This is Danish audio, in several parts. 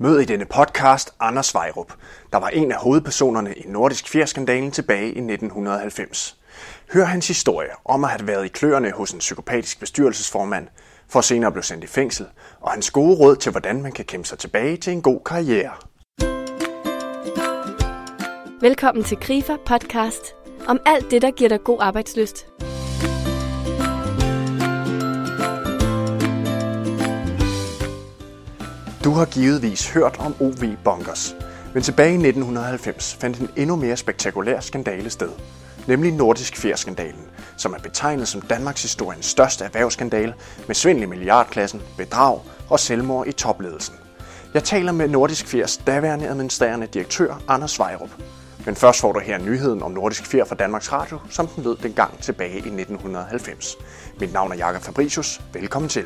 Mød i denne podcast Anders Vejrup, der var en af hovedpersonerne i Nordisk Fjer-skandalen tilbage i 1990. Hør hans historie om at have været i kløerne hos en psykopatisk bestyrelsesformand, for senere at blive sendt i fængsel, og hans gode råd til, hvordan man kan kæmpe sig tilbage til en god karriere. Velkommen til Krifa podcast om alt det, der giver dig god arbejdslyst. Du har givetvis hørt om OV Bunkers, men tilbage i 1990 fandt en endnu mere spektakulær skandale sted, nemlig Nordisk Fjer-skandalen, som er betegnet som Danmarks historiens største erhvervsskandale med svindel i milliardklassen, bedrag og selvmord i topledelsen. Jeg taler med Nordisk Fjers daværende administrerende direktør Anders Vejrup. Men først får du her nyheden om Nordisk Fjer fra Danmarks Radio, som den lød dengang tilbage i 1990. Mit navn er Jakob Fabricius. Velkommen til.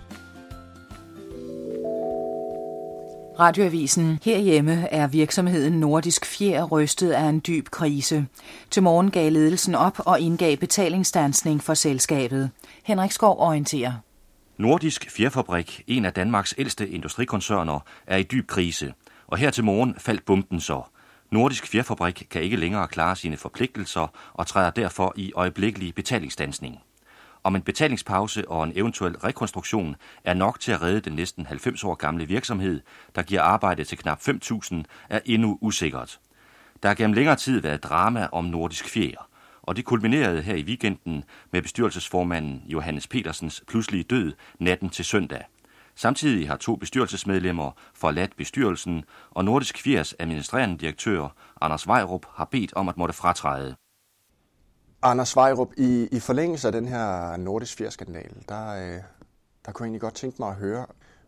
Radioavisen. Herhjemme er virksomheden Nordisk Fjer rystet af en dyb krise. Til morgen gav ledelsen op og indgav betalingsstandsning for selskabet. Henrik Skov orienterer. Nordisk Fjerfabrik, en af Danmarks ældste industrikoncerner, er i dyb krise, og her til morgen faldt bomben så. Nordisk Fjerfabrik kan ikke længere klare sine forpligtelser og træder derfor i øjeblikkelig betalingsstandsning. Om en betalingspause og en eventuel rekonstruktion er nok til at redde den næsten 90 år gamle virksomhed, der giver arbejde til knap 5.000, er endnu usikkert. Der har gennem længere tid været drama om Nordisk Fjer, og det kulminerede her i weekenden med bestyrelsesformanden Johannes Petersens pludselige død natten til søndag. Samtidig har 2 bestyrelsesmedlemmer forladt bestyrelsen, og Nordisk Fjers administrerende direktør Anders Vejrup har bedt om at måtte fratræde. Anders Vejrup, i forlængelse af den her Nordisk Fjer-skandale, der kunne jeg egentlig godt tænke mig at høre,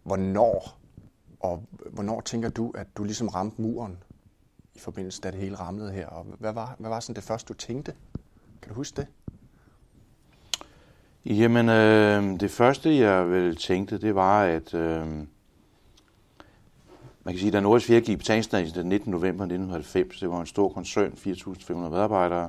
hvornår tænker du, at du ligesom ramte muren i forbindelse da det hele ramlede her, og hvad var sådan det første, du tænkte? Kan du huske det? Jamen, det første, jeg vel tænkte, det var, at man kan sige, da Nordisk Fjer gik betalingsstandsning den 19. november 1990, det var en stor koncern, 4.500 medarbejdere,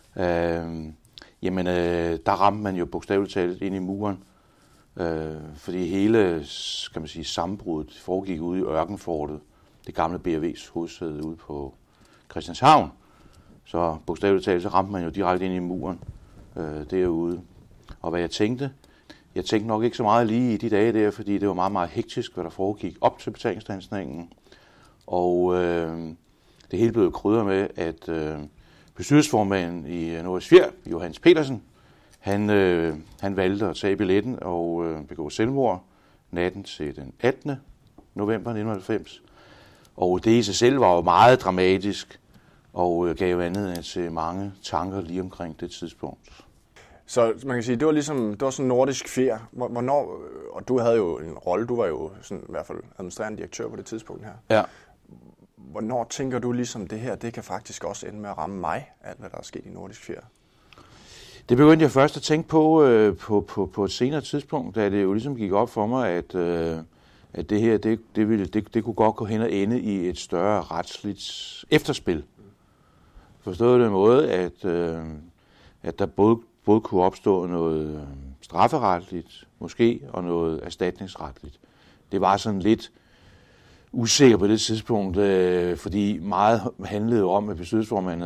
der ramte man jo bogstaveligt talt ind i muren, fordi hele, kan man sige, sammenbruddet foregik ude i Ørkenfortet, det gamle BRV's hovedsæde ude på Christianshavn. Så bogstaveligt talt, så ramte man jo direkte ind i muren derude. Og hvad jeg tænkte nok ikke så meget lige i de dage der, fordi det var meget, meget hektisk, hvad der foregik op til betalingsstandsningen. Og det hele blev krydret med, at bestyrelsesformanden i Nordisk Fjer, Johannes Petersen, han valgte at tage billetten og begå selvmord natten til den 18. november 1990. Og det i sig selv var jo meget dramatisk og gav anledning til mange tanker lige omkring det tidspunkt. Så man kan sige, det var sådan Nordisk Fjer. Hvornår, og du havde jo en rolle, du var jo sådan, i hvert fald administrerende direktør på det tidspunkt her. Ja. Hvornår tænker du ligesom det her, det kan faktisk også ende med at ramme mig, alt hvad der er sket i Nordisk Fjer? Det begyndte jeg først at tænke på et senere tidspunkt, da det jo ligesom gik op for mig, at det her, det kunne godt gå hen og ende i et større retsligt efterspil. Forstået den måde, at der både kunne opstå noget strafferetligt, måske, og noget erstatningsretligt. Det var sådan lidt usikker på det tidspunkt, fordi meget handlede om, at bestyrelsesformanden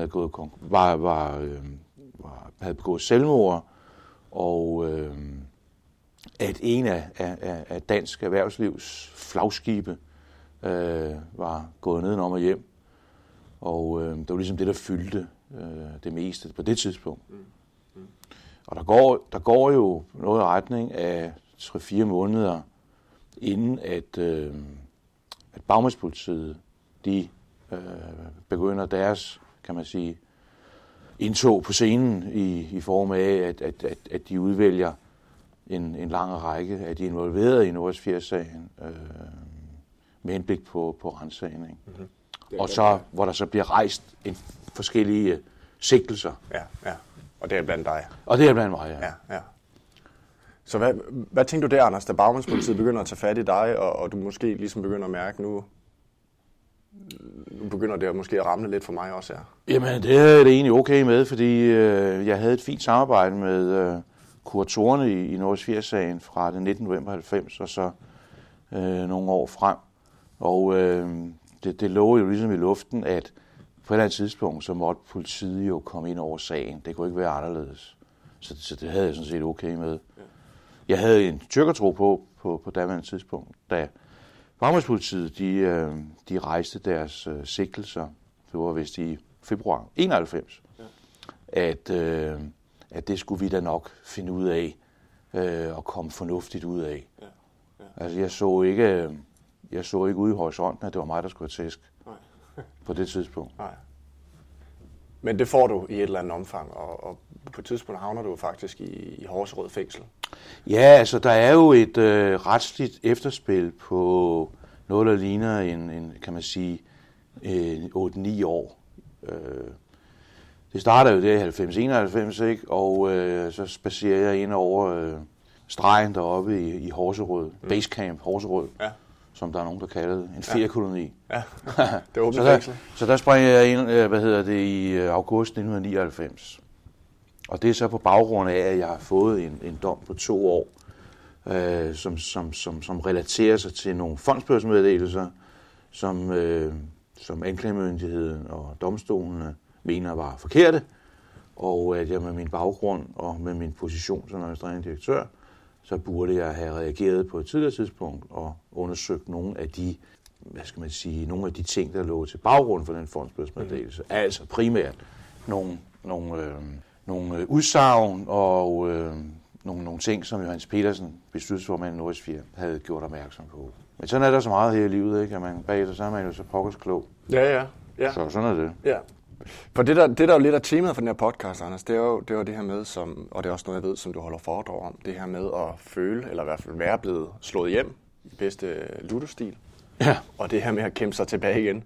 havde begået selvmord, og at en af dansk erhvervslivs flagskibe var gået nedenom og hjem. Og det var ligesom det, der fyldte det meste på det tidspunkt. Og der går jo noget i retning af 3-4 måneder, inden at Bagmandspolitiet, de begynder deres, kan man sige, indtog på scenen i form af, at de udvælger en lang række af de involverede i Nordisk Fjer-sagen med henblik på ransagning. Mm-hmm. Og så, hvor der så bliver rejst forskellige sigtelser. Ja. Og det er blandt dig. Og det er blandt mig, ja. Så hvad tænker du der, Anders, da Bagmandspolitiet begynder at tage fat i dig, og du måske ligesom begynder at mærke, nu begynder det måske at ramle lidt for mig også her? Jamen, det er det egentlig okay med, fordi jeg havde et fint samarbejde med kuratorerne i Nordisk Fjer-sagen fra den 19. november 90 og så nogle år frem. Og det lå jo ligesom i luften, at på et eller andet tidspunkt, så måtte politiet jo komme ind over sagen. Det kunne ikke være anderledes. Så det havde jeg sådan set okay med. Jeg havde en tyrkertro på daværende tidspunkt, da Bagmandspolitiet, de rejste deres sigtelser, det var vist i februar 91, at det skulle vi da nok finde ud af og komme fornuftigt ud af. Altså jeg så ikke ude i horisonten, at det var mig, der skulle have tæsk på det tidspunkt. Nej. Men det får du i et eller andet omfang, og på et tidspunkt havner du faktisk i Horserød fængsel. Ja, altså der er jo et retsligt efterspil på noget, der ligner en kan man sige, 8-9 år. Det starter jo der i 90-91, ikke? Og så spacerer jeg ind over stregen deroppe i Horserød, Basecamp Horserød, som der er nogen, der kalder det, en feriekoloni. Ja, det åbne fængsel. Så der springer jeg ind, i august 1999. Og det er så på baggrund af, at jeg har fået en dom på 2 år, som relaterer sig til nogle fondsbørsmeddelelser, som anklagemyndigheden og domstolene mener var forkerte, og at jeg med min baggrund og med min position som administrerende direktør, så burde jeg have reageret på et tidligere tidspunkt og undersøgt nogle af de, nogle af de ting, der lå til baggrund for den fondsbørsmeddelelse. Altså primært nogle udsagn og nogle ting, som Johannes Petersen, bestyrelsesformand i Nordisk Fjer, havde gjort opmærksom på. Men sådan er der så meget her i livet, ikke? At man bagefter, så er man jo så pokkers klog. Ja. Så sådan er det. Ja. For det der er jo lidt af temaet for den her podcast, Anders, det er jo det her med, og det er også noget, jeg ved, som du holder foredrag om, det her med at føle, eller i hvert fald være blevet slået hjem i bedste ludostil. Ja. Og det her med at kæmpe sig tilbage igen.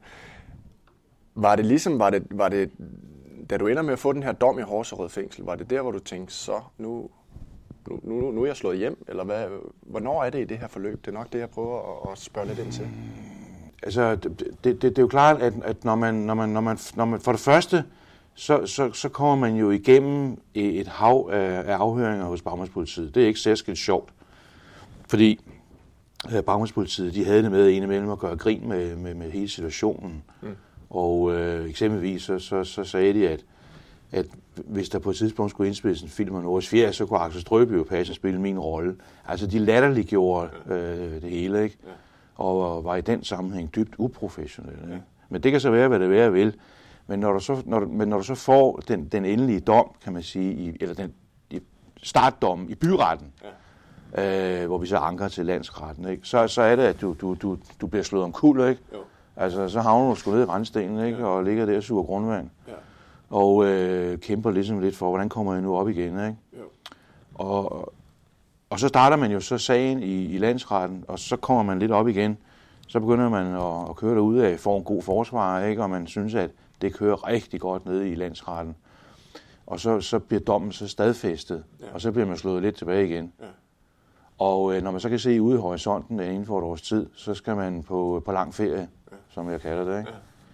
Var det, da du ender med at få den her dom i Horserød fængsel, var det der, hvor du tænkte, så nu er jeg slået hjem? Eller hvornår er det i det her forløb? Det er nok det, jeg prøver at spørge lidt ind til. Altså, det er jo klart, at når man for det første, så kommer man jo igennem et hav af afhøringer hos Bagmandspolitiet. Det er ikke særskilt sjovt, fordi Bagmandspolitiet, de havde det med indimellem at gøre grin med hele situationen. Og eksempelvis så sagde de, at hvis der på et tidspunkt skulle indspilles en film af Nordisk Fjer, så kunne Axel Strøby jo passe at spille min rolle. Altså, de latterliggjorde det hele, ikke? Ja. Og var i den sammenhæng dybt uprofessionelle. Ja. Men det kan så være, hvad det være vil. Men når du så får den endelige dom, kan man sige, eller den startdom i byretten, hvor vi så anker til landsretten, ikke? Så er det, at du bliver slået omkuld, ikke? Jo. Altså, så havner du sgu ned i randstenen, ikke? Og ligger der og suger grundvand. Ja. Og kæmper ligesom lidt for, hvordan kommer jeg nu op igen, ikke? Jo. Og så starter man jo så sagen i landsretten, og så kommer man lidt op igen. Så begynder man at køre derude af, får en god forsvar, ikke? Og man synes, at det kører rigtig godt nede i landsretten. Og så bliver dommen så stadfæstet, og så bliver man slået lidt tilbage igen. Ja. Og når man så kan se ude i horisonten inden for et års tid, så skal man på lang ferie, som jeg kalder det, ikke?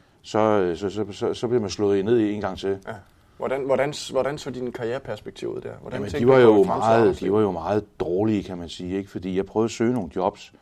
Ja. Så bliver man slået ned i en gang til. Ja. Hvordan så din karriereperspektiv ud der? Jamen, de var jo meget dårlige, kan man sige, ikke? Fordi jeg prøvede at søge nogle jobs,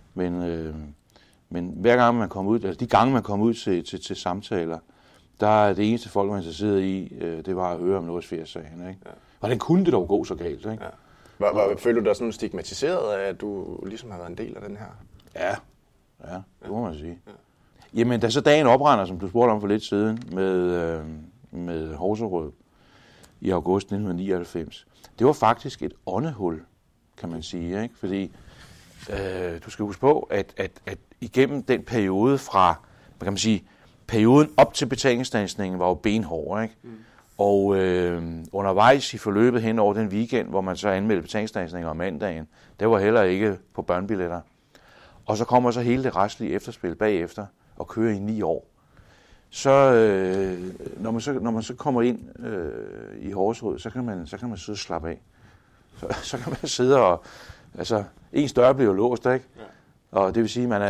men hver gang man kom ud, altså de gange man kom ud til samtaler, der er det eneste folk var interesseret i, det var at høre om Nordisk Fjer-sagen, ikke? Ja. Hvordan kunne det dog gå så galt, ikke? Ja. Følte du dig sådan stigmatiseret af, at du ligesom har været en del af den her? Ja, det må man sige. Ja. Jamen, da så dagen oprender, som du spurgte om for lidt siden, med Horserød i august 1999, det var faktisk et åndehul, kan man sige, ikke? Fordi du skal huske på, at igennem den periode fra, kan man sige, perioden op til betalingsstandsningen var jo benhård, ikke? Og undervejs i forløbet hen over den weekend, hvor man så anmeldte betalingsstandsninger om mandagen, der var heller ikke på børnebilletter. Og så kommer så hele det retslige efterspil bagefter og kører i 9 år. Så når man så kommer ind i Horserød, så kan man sidde og slappe af. Så kan man sidde og, altså, ens dør bliver jo låst, ikke? Ja. Og det vil sige, man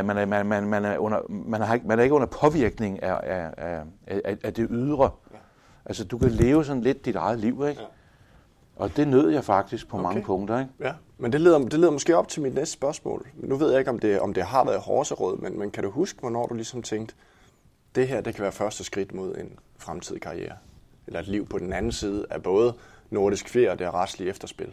er ikke under påvirkning af det ydre. Ja. Altså, du kan leve sådan lidt dit eget liv, ikke? Ja. Og det nød jeg faktisk på mange punkter, ikke? Ja. Men det leder måske op til mit næste spørgsmål. Nu ved jeg ikke, om det har været Horserød, men kan du huske, hvornår du ligesom tænkte, det her, det kan være første skridt mod en fremtidig karriere? Eller et liv på den anden side af både Nordisk Fjer og det retslige efterspil?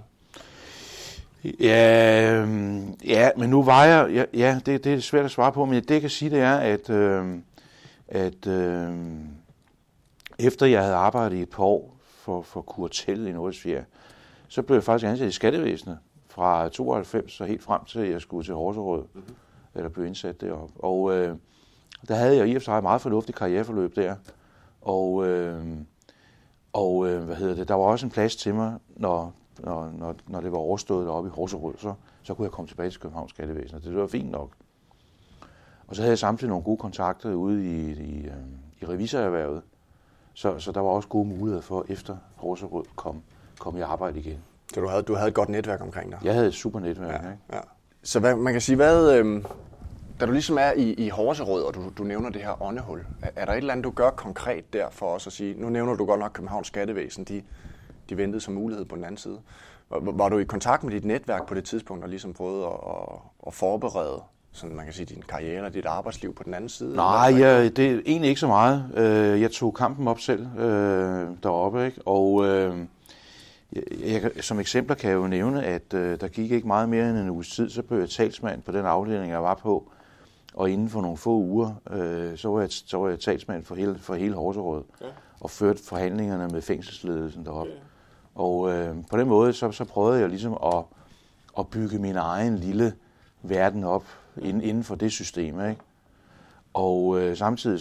Ja, men nu var jeg... Ja, det er svært at svare på, men det jeg kan sige, det er, at efter jeg havde arbejdet i et par år for Kurtel i Nordisk Fjer, så blev jeg faktisk ansat i skattevæsenet fra 92 og helt frem til, at jeg skulle til Horserød, eller blev indsat deroppe. Og der havde jeg i og for sig et meget fornuftigt karriereforløb der. Og der var også en plads til mig, når det var overstået deroppe i Horserød, så kunne jeg komme tilbage til Københavns Skattevæsen, og det var fint nok. Og så havde jeg samtidig nogle gode kontakter ude i revisorerhvervet, så der var også gode muligheder for, efter Horserød kom i arbejde igen. Så du havde et godt netværk omkring dig? Jeg havde et super netværk, ja, ikke? Ja. Så man kan sige, da du ligesom er i Horserød, og du nævner det her åndehul, er der et eller andet, du gør konkret der for os at sige, nu nævner du godt nok Københavns Skattevæsen, de ventede som mulighed på den anden side. Var du i kontakt med dit netværk på det tidspunkt, og ligesom prøvede at forberede, sådan man kan sige, din karriere og dit arbejdsliv på den anden side? Nej, det er egentlig ikke så meget. Jeg tog kampen op selv deroppe, ikke? Og som eksempler kan jeg jo nævne, at der gik ikke meget mere end en uges tid, så blev jeg talsmand på den afdeling, jeg var på. Og inden for nogle få uger, så var jeg talsmand for hele Horserød, og førte forhandlingerne med fængselsledelsen deroppe. Og på den måde, så prøvede jeg ligesom at bygge min egen lille verden op inden for det system, ikke? Og samtidig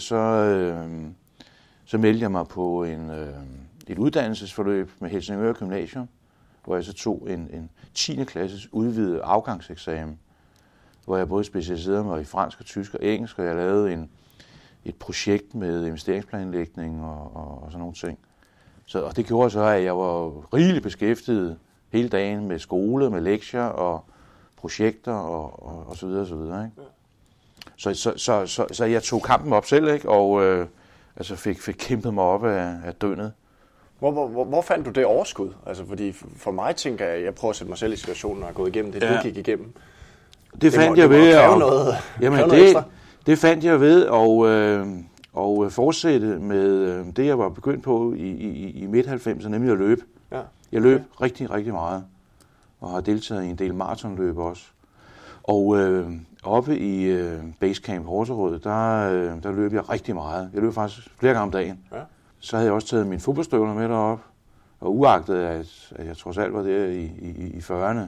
så meldte jeg mig på et uddannelsesforløb med Helsingør Gymnasium, hvor jeg så tog en 10. klasses udvidet afgangseksamen, hvor jeg både specialiserede mig i fransk og tysk og engelsk, og jeg lavede et projekt med investeringsplanlægning og sådan nogle ting. Og det gjorde så, at jeg var rigeligt beskæftiget hele dagen med skole, med lektier og projekter og så videre og så videre, ikke? Så jeg tog kampen op selv, ikke? Og fik kæmpet mig op af døgnet. Hvor fandt du det overskud? Altså, fordi for mig tænker jeg prøver at sætte mig selv i situationen, når jeg er gået igennem det, du gik igennem. Det fandt jeg ved. Det fandt jeg ved og fortsætte med det, jeg var begyndt på i midt-90'erne, nemlig at løbe. Ja. Jeg løb rigtig, rigtig meget, og har deltaget i en del maratonløb også. Og oppe i Basecamp Horserød, der løb jeg rigtig meget. Jeg løb faktisk flere gange om dagen. Ja. Så havde jeg også taget mine fodboldstøvler med derop, og uagtet, at jeg trods alt var der i 40'erne,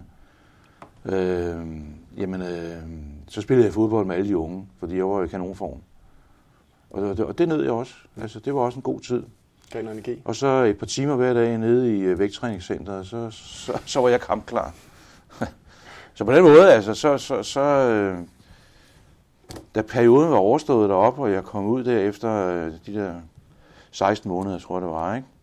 så spillede jeg fodbold med alle de unge, fordi jeg var i kanonform. Og det nød jeg også. Altså, det var også en god tid. Energi. Og så et par timer hver dag nede i vægttræningscenteret, så var jeg kampklar. Så på den måde, altså, da perioden var overstået deroppe, og jeg kom ud der efter de der 16 måneder, tror jeg det var, ikke?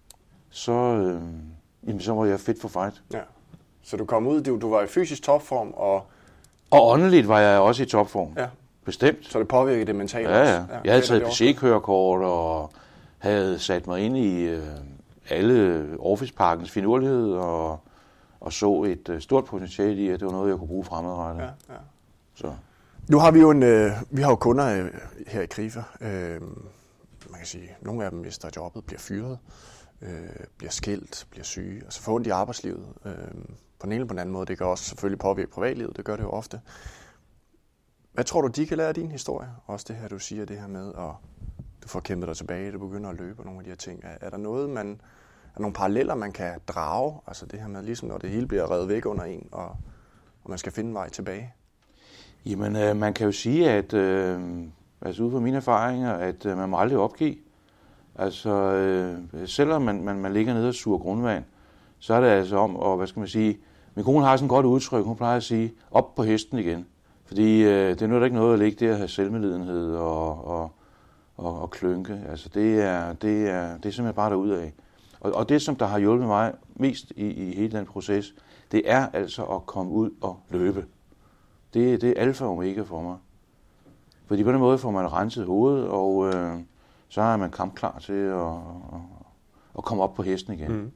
Så var jeg fit for fight. Ja. Så du kom ud, du var i fysisk topform, og åndeligt var jeg også i topform. Ja. Bestemt. Så det påvirkede det mentalt også? Ja. Jeg havde taget PC-kørekort og havde sat mig ind i alle Office-parkens finurlighed og så et stort potentiale i, at det var noget, jeg kunne bruge fremadrettet. Ja. Så. Nu har vi har jo kunder her i Krifa. Man kan sige, at nogle af dem mister jobbet, bliver fyret, bliver skilt, bliver syge, altså får ondt i arbejdslivet. På den ene eller på den anden måde. Det kan også selvfølgelig påvirke privatlivet, det gør det jo ofte. Hvad tror du, de kan lære af din historie? Også det her, du siger, det her med, at du får kæmpet dig tilbage, du begynder at løbe og nogle af de her ting. Er der nogle paralleller, man kan drage? Altså det her med, ligesom når det hele bliver revet væk under en, og man skal finde en vej tilbage? Jamen, man kan jo sige, at ud fra mine erfaringer, at man må aldrig opgive. Altså, selvom man ligger nede og suger grundvand, så er det altså om, og hvad skal man sige, min kone har sådan et godt udtryk, hun plejer at sige, op på hesten igen. Fordi det er nu ikke noget at ligge der og have selvmedlidenhed og klynke. Altså, det er simpelthen bare derudad. Og det, som der har hjulpet mig mest i hele den proces, det er altså at komme ud og løbe. Det er alfa og omega for mig. Fordi på den måde får man renset hovedet, og så er man kampklar til at komme op på hesten igen. Mm.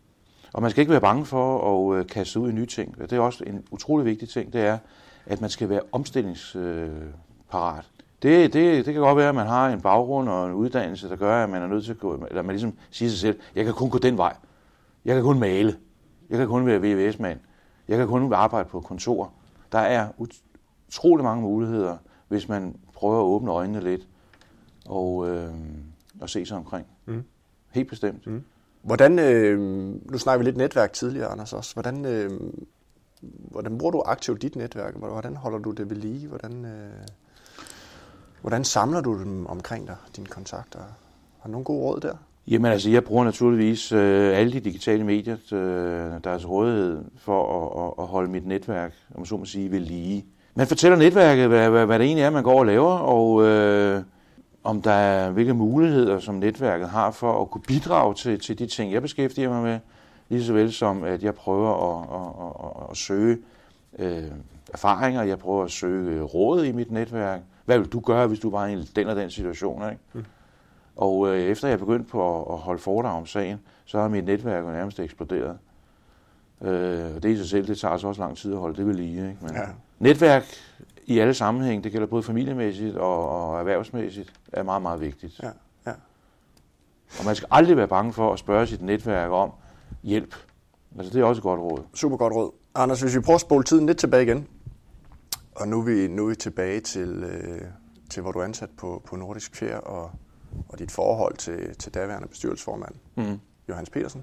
Og man skal ikke være bange for at kaste ud i nye ting. Det er også en utrolig vigtig ting, det er, at man skal være omstillingsparat. Det kan godt være, at man har en baggrund og en uddannelse, der gør, at man er nødt til at gå, eller man ligesom siger sig selv, jeg kan kun gå den vej. Jeg kan kun male. Jeg kan kun være VVS-mand. Jeg kan kun arbejde på kontor. Der er utrolig mange muligheder, hvis man prøver at åbne øjnene lidt og se sig omkring. Helt bestemt. Hvordan, nu snakker vi lidt netværk tidligere, Anders, også. Hvordan bruger du aktivt dit netværk? Hvordan holder du det ved lige? Hvordan samler du dem omkring dig, dine kontakter? Har du nogle gode råd der? Jamen altså, jeg bruger naturligvis alle de digitale medier, der er til rådighed for at holde mit netværk, om så må sige, ved lige. Man fortæller netværket, hvad det egentlig er, man går og laver, og om der er hvilke muligheder, som netværket har for at kunne bidrage til de ting, jeg beskæftiger mig med, lige så vel som at jeg prøver at søge erfaringer, jeg prøver at søge råd i mit netværk. Hvad vil du gøre, hvis du var i den og den situation, ikke? Og efter jeg begyndte på at holde foredrag om sagen, så har mit netværk jo nærmest eksploderet. Og det i sig selv, det tager altså også lang tid at holde det ved lige, ikke? Men netværk i alle sammenhæng, det gælder både familiemæssigt og erhvervsmæssigt, er meget, meget vigtigt. Ja. Og man skal aldrig være bange for at spørge sit netværk om hjælp. Altså det er også et godt råd. Super godt råd. Anders, hvis vi prøver at spole tiden lidt tilbage igen, og nu er vi tilbage til hvor du er ansat på Nordisk Fjer og dit forhold til daværende bestyrelsesformand, Johannes Petersen.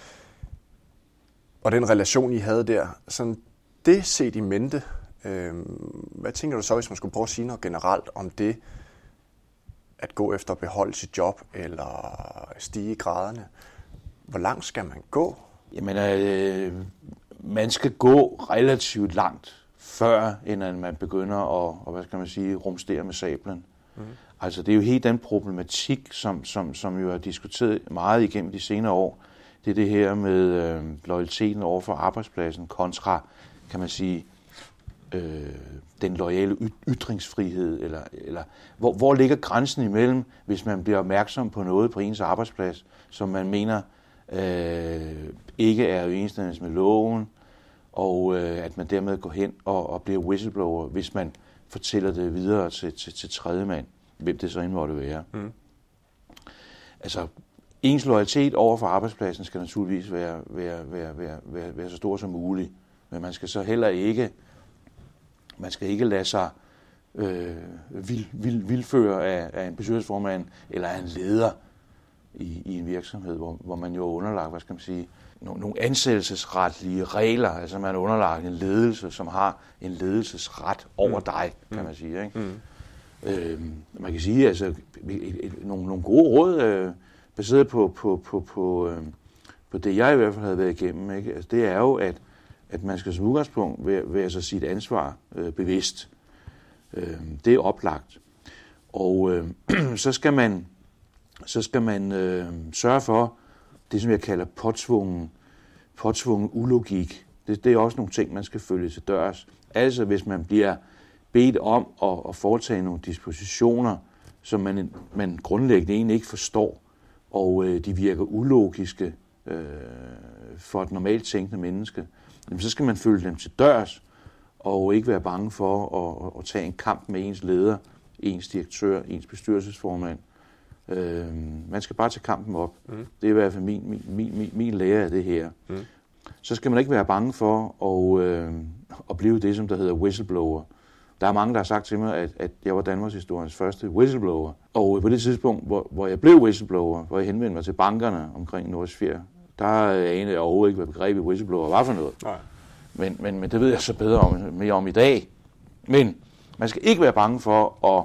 Og den relation, I havde der, sådan det set i mente, hvad tænker du så, hvis man skulle prøve at sige noget generelt om det, at gå efter at beholde sit job eller stige i graderne? Hvor langt skal man gå? Jamen, man skal gå relativt langt, før end man begynder at rumstere med sablen. Altså, det er jo helt den problematik, som jo er diskuteret meget igennem de senere år. Det er det her med loyaliteten over for arbejdspladsen kontra, kan man sige, den loyale ytringsfrihed, eller hvor ligger grænsen imellem, hvis man bliver opmærksom på noget på ens arbejdsplads, som man mener ikke er i overensstemmelse med loven, og at man dermed går hen og bliver whistleblower, hvis man fortæller det videre til tredje mand, hvem det så end måtte være. Altså, ens loyalitet over for arbejdspladsen skal naturligvis være så stor som muligt, men man skal så heller ikke lade sig vildføre af en bestyrelsesformand eller af en leder i en virksomhed, hvor man jo er underlagt, nogle ansættelsesretlige regler. Altså man er underlagt en ledelse, som har en ledelsesret over dig, kan man sige. Ikke? Man kan sige, altså nogle gode råd baseret på det, jeg i hvert fald havde været igennem, ikke? Altså, det er jo, at man skal som udgangspunkt være sig sit ansvar bevidst. Det er oplagt. Og så skal man sørge for det, som jeg kalder påtvungen ulogik. Det er også nogle ting, man skal følge til dørs. Altså hvis man bliver bedt om at foretage nogle dispositioner, som man grundlæggende egentlig ikke forstår, og de virker ulogiske for et normalt tænkende menneske, så skal man følge dem til dørs, og ikke være bange for at tage en kamp med ens leder, ens direktør, ens bestyrelsesformand. Man skal bare tage kampen op. Det er i hvert fald min lære af det her. Så skal man ikke være bange for at blive det, som der hedder whistleblower. Der er mange, der har sagt til mig, at jeg var Danmarks historiens første whistleblower. Og på det tidspunkt, hvor jeg blev whistleblower, hvor jeg henvendte mig til bankerne omkring Nordisk Fjer, der anede jeg overhovedet ikke, hvad begrebet whistleblower var for noget. Nej. Men det ved jeg så mere om i dag. Men man skal ikke være bange for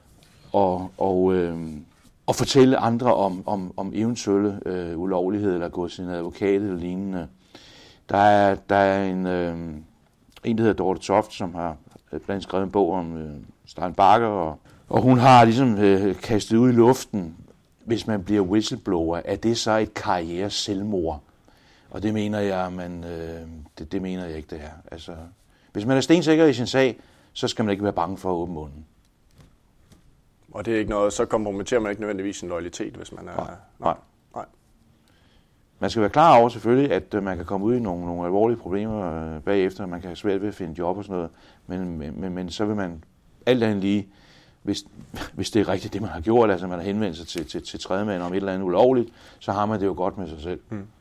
at fortælle andre om eventuelle ulovligheder, eller gå til en advokat eller lignende. Der er en, der hedder Dorte Toft, som har blandt andet skrevet en bog om Stein Bakker, og hun har ligesom kastet ud i luften, hvis man bliver whistleblower, er det så et karriere-selvmord? Og det mener jeg, det mener jeg ikke, det er. Altså, hvis man er stensikker i sin sag, så skal man ikke være bange for at åbne munden. Og det er ikke noget, så kompromitterer man ikke nødvendigvis en loyalitet, hvis man er... Nej. Man skal være klar over selvfølgelig, at man kan komme ud i nogle alvorlige problemer bagefter, man kan have svært ved at finde job og sådan noget, men så vil man alt andet lige, hvis det er rigtigt det, man har gjort, altså man har henvendt sig til tredjemand om et eller andet ulovligt, så har man det jo godt med sig selv.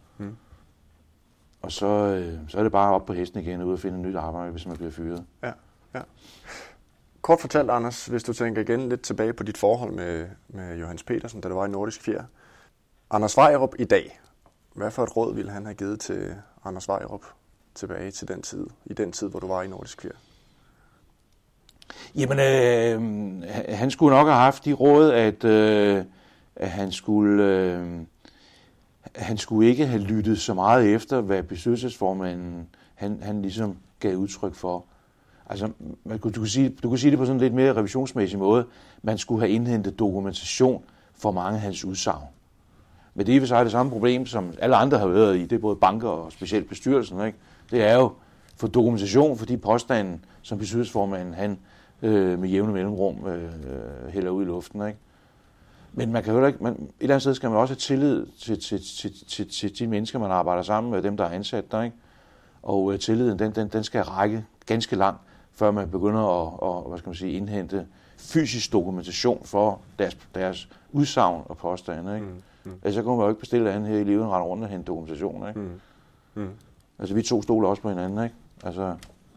Og så er det bare op på hesten igen og ud og finde et nyt arbejde, hvis man bliver fyret. Ja. Kort fortalt, Anders, hvis du tænker igen lidt tilbage på dit forhold med Johannes Petersen, da du var i Nordisk Fjer. Anders Wejerup i dag. Hvad for et råd ville han have givet til Anders Wejerup tilbage til i den tid, hvor du var i Nordisk Fjer? Jamen, han skulle nok have haft de råd, at han skulle ikke have lyttet så meget efter, hvad bestyrelsesformanden han ligesom gav udtryk for. Altså, du kunne sige det på sådan en lidt mere revisionsmæssig måde. Man skulle have indhentet dokumentation for mange af hans udsagn. Men det er i sig det samme problem, som alle andre har været i. Det er både banker og specielt bestyrelsen. Ikke? Det er jo for dokumentation for de påstande, som bestyrelsesformanden han med jævne mellemrum hælder ud i luften. Ikke? Men man kan jo ikke, et eller andet sted skal man også have tillid til de mennesker, man arbejder sammen med, dem der er ansat der. Ikke? Og tilliden, den skal række ganske langt, før man begynder at indhente fysisk dokumentation for deres udsagn og påstande. Ikke? Altså, så kunne man jo ikke bestille andet her i livet, rende rundt og hente dokumentation. Ikke? Altså, vi to stoler også på hinanden. Ikke? Altså,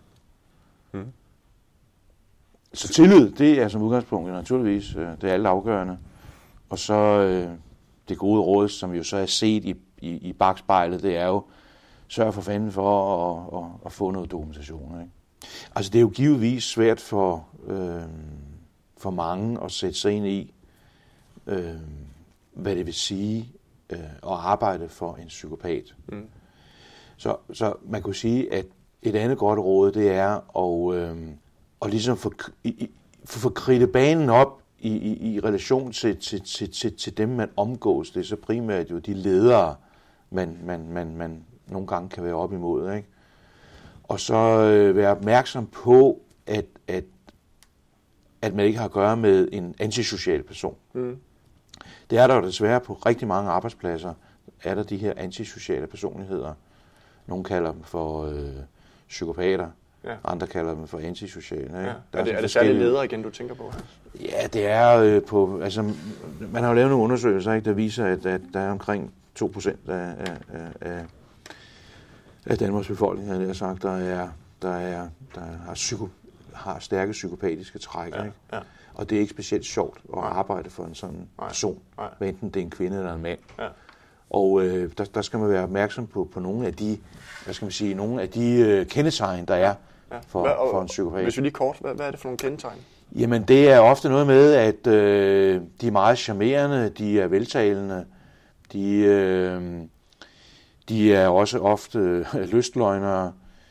Så tillid, det er som udgangspunkt naturligvis det er alt afgørende. Og så det gode råd, som vi jo så har set i bagspejlet, det er jo sørg for fanden for at få noget dokumentation. Ikke? Altså det er jo givetvis svært for mange at sætte sig ind i, hvad det vil sige at arbejde for en psykopat. Så man kunne sige, at et andet godt råd, det er at ligesom få kridtet banen op i relation til dem, man omgås. Det er så primært jo de ledere, man nogle gange kan være op imod. Ikke? Og så være opmærksom på, at man ikke har at gøre med en antisocial person. Det er der jo desværre på rigtig mange arbejdspladser, er der de her antisociale personligheder. Nogle kalder dem for psykopater. Ja. Andre kalder dem for antisociale. Ja. Er det særlige ledere igen, du tænker på her? Ja, det er på... Altså, man har jo lavet nogle undersøgelser, ikke, der viser, at der er omkring 2% af Danmarks befolkning, har jeg sagt, der har stærke psykopatiske træk. Ja. Ikke? Ja. Og det er ikke specielt sjovt at arbejde for en sådan person, hvad enten det er en kvinde eller en mand. Ja. Og der skal man være opmærksom på nogle af de, nogle af de kendetegn, der er for en psykopat. Hvis vi lige kort, hvad er det for nogle kendetegn? Jamen, det er ofte noget med, at de er meget charmerende, de er veltalende, de er også ofte lystløgnere,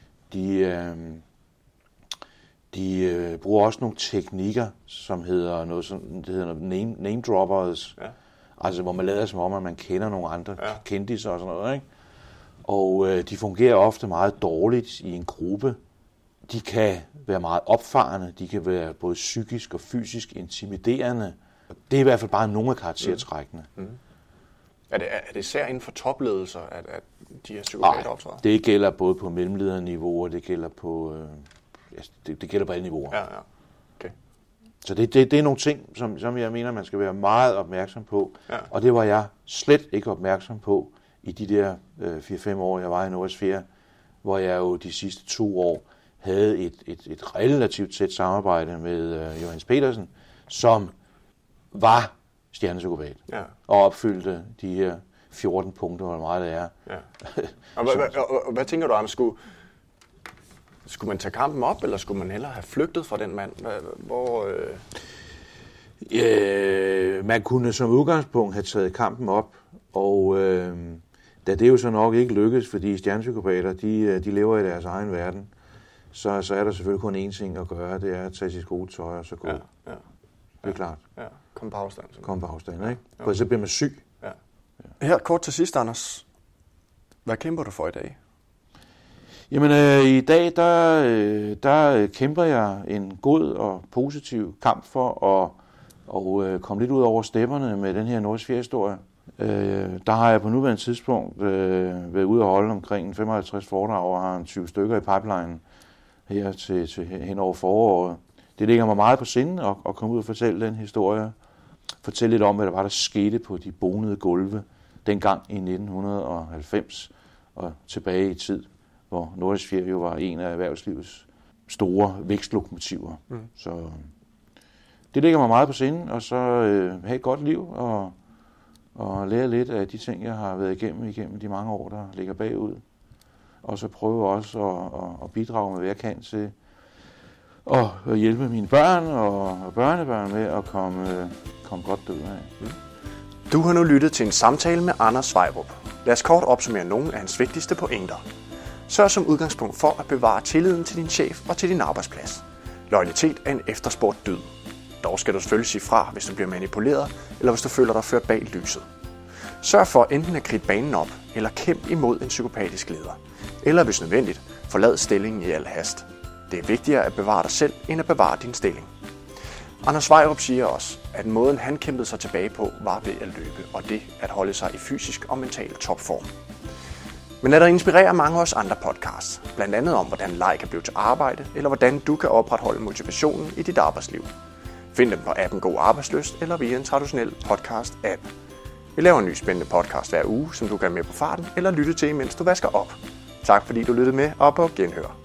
de bruger også nogle teknikker, som hedder noget sådan, det hedder name droppers. Ja. Altså, hvor man lader som om, at man kender nogle andre kendisser og sådan noget, ikke? Og de fungerer ofte meget dårligt i en gruppe. De kan være meget opfarende, de kan være både psykisk og fysisk intimiderende. Det er i hvert fald bare nogle af karaktertrækkene. Er det især inden for topledelser, at de her psykopater optræder? Det gælder både på mellemlederniveau, og det gælder på, det gælder på alle niveauer. Ja. Okay. Så det er nogle ting, som jeg mener, man skal være meget opmærksom på. Ja. Og det var jeg slet ikke opmærksom på i de der 4-5 år, jeg var i Nordisk Fjer, hvor jeg jo de sidste 2 år havde et relativt tæt samarbejde med Johannes Petersen, som var stjernepsykopat og opfyldte de her 14 punkter, hvor meget det er. Ja. Og hvad tænker du, Anders? Skulle man tage kampen op, eller skulle man hellere have flygtet fra den mand? Man kunne som udgangspunkt have taget kampen op, og da det jo så nok ikke lykkes, fordi stjernepsykopater, de lever i deres egen verden, så er der selvfølgelig kun én ting at gøre, det er at tage sit gode tøj og så gå. Ja. Det er klart. Ja. Kom på afstand. Kom på afstand, ikke? For så bliver man syg. Ja. Her kort til sidst, Anders. Hvad kæmper du for i dag? Jamen, i dag, der kæmper jeg en god og positiv kamp for at komme lidt ud over stepperne med den her Nordisk Fjer-historie. Der har jeg på nuværende tidspunkt været ude at holde omkring 55 foredrag og har en 20 stykker i pipeline her til hen over foråret. Det ligger mig meget på sinde at komme ud og fortælle den historie. Fortælle lidt om, hvad der skete på de bonede gulve dengang i 1990 og tilbage i tid, hvor Nordisk Fjer jo var en af erhvervslivets store vækstlokomotiver. Så det ligger mig meget på sinde, og så have et godt liv og lære lidt af de ting, jeg har været igennem de mange år, der ligger bagud. Og så prøve også at bidrage med, hvad jeg kan til at hjælpe mine børn og børnebørn med at komme godt derud af. Du har nu lyttet til en samtale med Anders Sveirup. Lad os kort opsummere nogle af hans vigtigste pointer. Sørg som udgangspunkt for at bevare tilliden til din chef og til din arbejdsplads. Loyalitet er en efterspurgt dyd. Dog skal du selvfølgelig sige fra, hvis du bliver manipuleret, eller hvis du føler dig ført bag lyset. Sørg for enten at kridte banen op, eller kæmpe imod en psykopatisk leder. Eller hvis nødvendigt, forlad stillingen i al hast. Det er vigtigere at bevare dig selv, end at bevare din stilling. Anders Sveirup siger også, at måden han kæmpede sig tilbage på, var ved at løbe, og det at holde sig i fysisk og mental topform. Men lad dig inspirere mange af os andre podcasts, blandt andet om, hvordan leg kan blive til arbejde, eller hvordan du kan opretholde motivationen i dit arbejdsliv. Find dem på appen God Arbejdslyst eller via en traditionel podcast-app. Vi laver en ny spændende podcast hver uge, som du kan med på farten eller lytte til, mens du vasker op. Tak fordi du lyttede med, og på genhør.